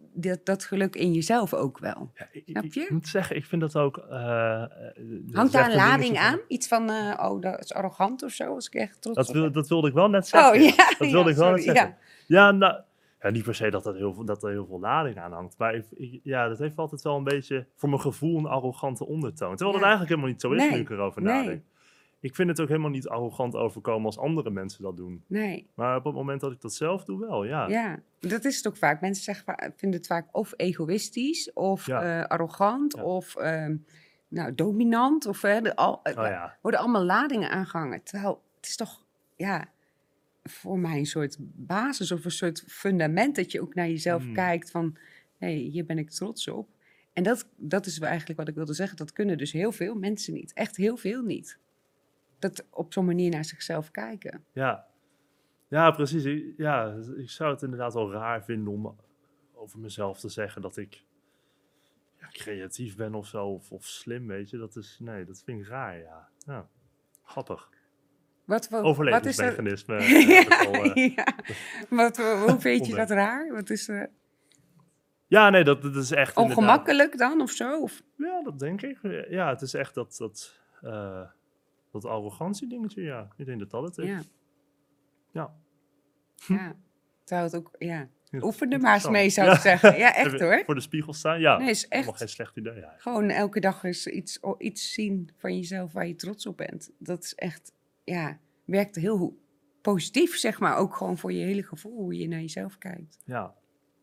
dat, dat geluk in jezelf ook wel. Ja, ik, Snap ik- je? ik moet zeggen, ik vind dat ook... eh, eh, dat Hangt is daar echt een lading dingetje aan? van- Iets van, eh, oh, dat is arrogant of zo, als ik echt trots Dat, op wil, ben. dat wilde ik wel net zeggen. Oh, ja, Dat ja, wilde ik wel net sorry, zeggen. ja. Ja, nou... Ja, niet per se dat er heel veel, dat er heel veel lading aan hangt. Maar ik, ik- ja, dat heeft altijd wel een beetje, voor mijn gevoel, een arrogante ondertoon. Terwijl dat Ja. eigenlijk helemaal niet zo is, Nee, nu ik erover nee. nadenk. Ik vind het ook helemaal niet arrogant overkomen als andere mensen dat doen. Nee, Maar op het moment dat ik dat zelf doe, wel, ja. ja. Dat is het ook vaak. Mensen zeggen, va- vinden het vaak of egoïstisch, of Ja. eh, arrogant, Ja. of ehm, nou, dominant. Of hè, de, al, eh, Oh ja. worden allemaal ladingen aangehangen. Terwijl het is toch, ja, voor mij een soort basis of een soort fundament dat je ook naar jezelf Hmm. kijkt van, hé, hey, hier ben ik trots op. En dat, dat is eigenlijk wat ik wilde zeggen. Dat kunnen dus heel veel mensen niet. Echt heel veel niet. Dat op zo'n manier naar zichzelf kijken. Ja, ja precies. Ik, ja, ik zou het inderdaad wel raar vinden om over mezelf te zeggen dat ik ja, creatief ben of zo, of, of slim, weet je. Dat is, nee, dat vind ik raar, ja. ja. Grappig. Wat, wat, wat is er? Overlevingsmechanisme. eh, heb ik al, eh. ja. Wat, hoe vind je Ondanks. dat raar? Wat is er Ja, nee, dat, dat is echt inderdaad- ongemakkelijk dan of zo? Of? Ja, dat denk ik. Ja, het is echt dat, dat, eh, dat arrogantie dingetje, ja. Ik denk dat dat het is. Ja, Ja. ja. Terwijl het ook, ja. Ja, Oefen er maar eens interessant. mee, zou Ja. ik zeggen. Ja, echt Even hoor. Voor de spiegel staan, ja. Nee, is Helemaal echt. geen slecht idee, ja. Gewoon elke dag eens iets, o- iets zien van jezelf waar je trots op bent. Dat is echt, ja, werkt heel positief, zeg maar. Ook gewoon voor je hele gevoel, hoe je naar jezelf kijkt. Ja.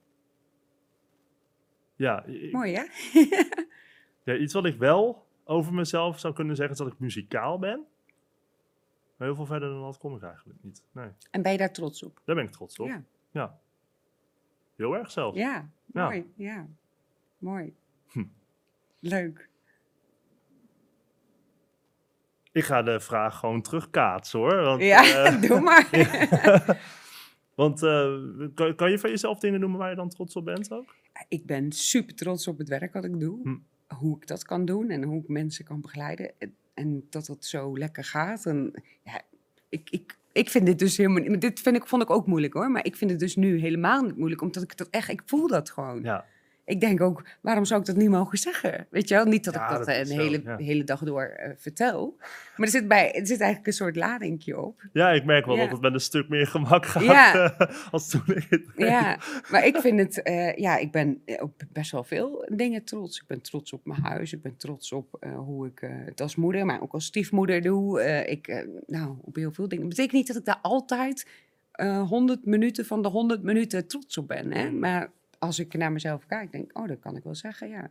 Ja, ik- Mooi, hè? ja, iets wat ik wel over mezelf zou kunnen zeggen, is dat ik muzikaal ben. Maar heel veel verder dan dat kom ik eigenlijk niet. Nee, En ben je daar trots op? daar ben ik trots op. Ja, Ja. Heel erg zelfs. ja, Ja. mooi. Ja, mooi. Hm. Leuk. Ik ga de vraag gewoon terugkaatsen hoor. Want, Ja, eh, doe maar. want eh, kan, kan je van jezelf dingen noemen waar je dan trots op bent ook? Ik ben super trots op het werk wat ik doe. Hm. Hoe ik dat kan doen en hoe ik mensen kan begeleiden. En- En dat het zo lekker gaat. En ja, ik, ik, ik vind dit dus helemaal niet... Dit vind ik, vond ik ook moeilijk hoor. Maar ik vind het dus nu helemaal niet moeilijk. Omdat ik dat echt... Ik voel dat gewoon. Ja, Ik denk ook, waarom zou ik dat niet mogen zeggen? Weet je wel? Niet dat Ja, ik dat, dat eh, is een zo, hele, ja. hele dag door eh, vertel. Maar er zit, bij, er zit eigenlijk een soort ladingje op. ja ik merk wel Ja. dat het met een stuk meer gemak gaat Ja. eh, als toen ik het deed. Ja, maar ik vind het, eh, ja, ik ben op best wel veel dingen trots. Ik ben trots op mijn huis, ik ben trots op eh, hoe ik eh, het als moeder, maar ook als stiefmoeder doe. Eh, ik, eh, nou, op heel veel dingen. Dat betekent niet dat ik daar altijd eh, honderd minuten van de honderd minuten trots op ben. Hè? Mm. Maar als ik naar mezelf kijk, denk ik, oh, dat kan ik wel zeggen, ja.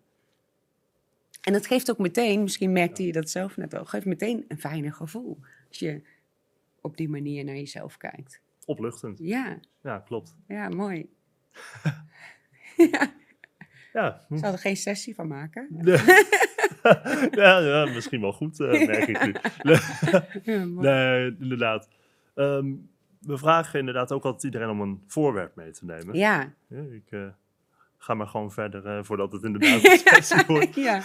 En dat geeft ook meteen, misschien merkte je dat zelf net al, geeft meteen een fijner gevoel. Als je op die manier naar jezelf kijkt. Opluchtend. Ja, Ja, klopt. ja, mooi. ja. Ja, hm. Ik zal er geen sessie van maken. ja, ja, misschien wel goed, eh, merk ik nu. Ja, mooi. Nee, inderdaad. Ehm, we vragen inderdaad ook altijd iedereen om een voorwerp mee te nemen. Ja. Ja, ik eh, ga maar gewoon verder eh, voordat het inderdaad een sessie wordt. ja.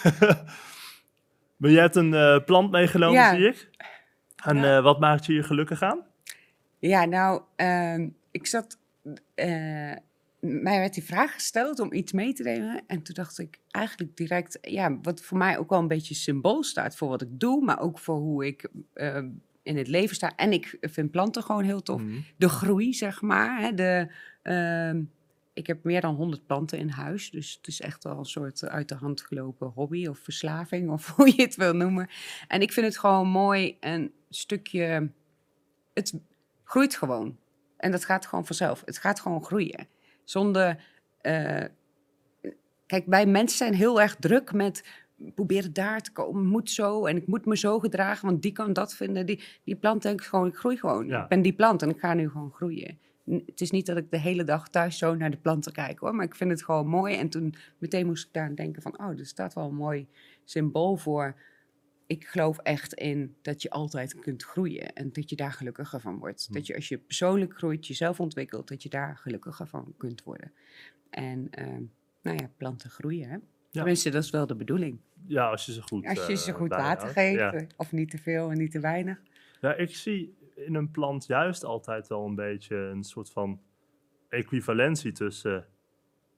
Maar jij hebt een eh, plant meegenomen, Ja. zie ik. En Ja. eh, wat maakt je hier gelukkig aan? Ja, nou, ehm, ik zat... eh, mij werd die vraag gesteld om iets mee te nemen. En toen dacht ik eigenlijk direct... Ja, wat voor mij ook wel een beetje symbool staat voor wat ik doe. Maar ook voor hoe ik eh, in het leven sta. En ik vind planten gewoon heel tof. Mhm. De groei, zeg maar. Hè, de, ehm, ik heb meer dan honderd planten in huis. Dus het is echt wel een soort uit de hand gelopen hobby of verslaving. Of hoe je het wil noemen. En ik vind het gewoon mooi. Een stukje... Het groeit gewoon. En dat gaat gewoon vanzelf. Het gaat gewoon groeien. Zonder... eh, kijk, wij mensen zijn heel erg druk met... proberen daar te komen, moet zo en ik moet me zo gedragen, want die kan dat vinden. Die, die plant denk ik gewoon, ik groei gewoon. Ja. Ik ben die plant en ik ga nu gewoon groeien. N- Het is niet dat ik de hele dag thuis zo naar de planten kijk hoor, maar ik vind het gewoon mooi. En toen meteen moest ik daar aan denken van, oh, er staat wel een mooi symbool voor. Ik geloof echt in dat je altijd kunt groeien en dat je daar gelukkiger van wordt. Hm. Dat je als je persoonlijk groeit, jezelf ontwikkelt, dat je daar gelukkiger van kunt worden. En eh, nou ja, planten groeien hè. Tenminste, dat is wel de bedoeling. Ja, als je ze goed Als je ze eh, goed water bijhoudt. geeft, Ja. eh, of niet te veel en niet te weinig. Ja, ik zie in een plant juist altijd wel een beetje een soort van equivalentie tussen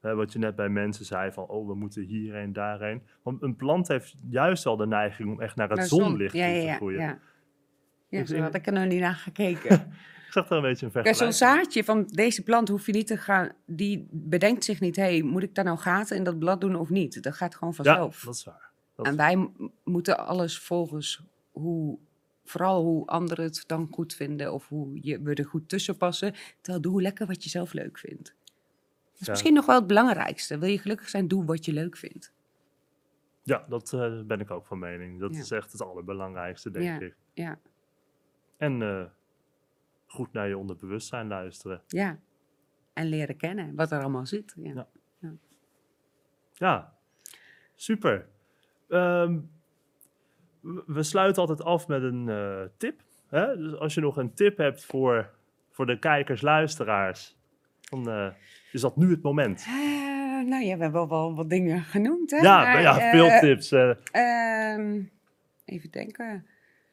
Hè, wat je net bij mensen zei van, oh, we moeten hierheen, daarheen. Want een plant heeft juist wel de neiging om echt naar het Nou, zon- zonlicht ja, toe ja, te ja, groeien. Ja, ja Ik zo zie- had ik er nog niet naar gekeken. Ik zag er een beetje een Kijk, zo'n vergelijking. zaadje van deze plant hoef je niet te gaan... Die bedenkt zich niet, hé, hey, moet ik daar nou gaten in dat blad doen of niet? Dat gaat gewoon Ja, vanzelf. dat is waar. Dat En is- wij m- moeten alles volgens hoe... Vooral hoe anderen het dan goed vinden of hoe je, we er goed tussen passen. Terwijl doe lekker wat je zelf leuk vindt. Dat is Ja. misschien nog wel het belangrijkste. Wil je gelukkig zijn, doe wat je leuk vindt. Ja, dat eh, ben ik ook van mening. Dat Ja. is echt het allerbelangrijkste, denk Ja. ik. Ja, En eh, goed naar je onderbewustzijn luisteren. ja. En leren kennen wat er allemaal zit. Ja. Ja. Ja, super. Ehm, we- we sluiten altijd af met een eh, tip. Hè? Dus als je nog een tip hebt voor, voor de kijkers, luisteraars, dan eh, is dat nu het moment. Eh, nou ja, we hebben wel, wel wat dingen genoemd. Hè? Ja, Maar, ja, eh, veel tips. eh. Ehm, even denken.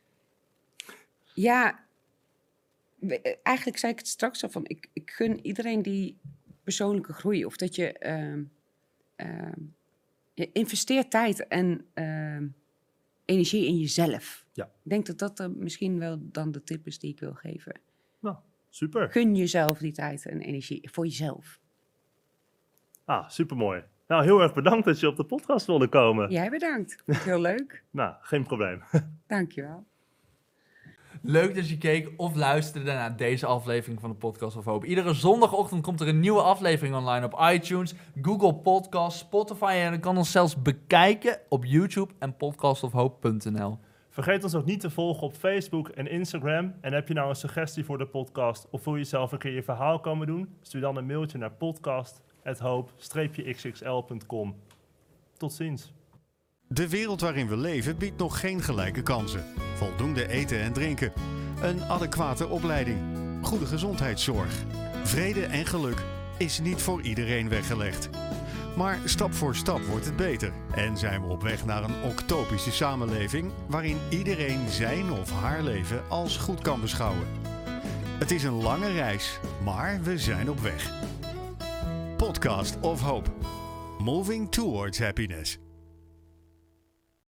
Ja, we- eh, eigenlijk zei ik het straks al van... Ik, ik gun iedereen die persoonlijke groei. Of dat je... ehm ehm, je investeert tijd en ehm, energie in jezelf. Ja. Ik denk dat dat eh, misschien wel dan de tip is die ik wil geven. Nou, super. Gun jezelf die tijd en energie voor jezelf. Ah, supermooi. Nou, heel erg bedankt dat je op de podcast wilde komen. Jij bedankt. Heel leuk. Nou, geen probleem. Dankjewel. Leuk dat je keek of luisterde naar deze aflevering van de Podcast of Hope. Iedere zondagochtend komt er een nieuwe aflevering online op iTunes, Google Podcasts, Spotify en je kan ons zelfs bekijken op YouTube en podcast of hope punt n l. Vergeet ons ook niet te volgen op Facebook en Instagram. En heb je nou een suggestie voor de podcast of wil je zelf een keer je verhaal komen doen? Stuur dan een mailtje naar podcast at hope dash x x l punt com. Tot ziens. De wereld waarin we leven biedt nog geen gelijke kansen. Voldoende eten en drinken. Een adequate opleiding. Goede gezondheidszorg. Vrede en geluk is niet voor iedereen weggelegd. Maar stap voor stap wordt het beter. En zijn we op weg naar een octopische samenleving waarin iedereen zijn of haar leven als goed kan beschouwen. Het is een lange reis, maar we zijn op weg. Podcast of Hope. Moving towards happiness.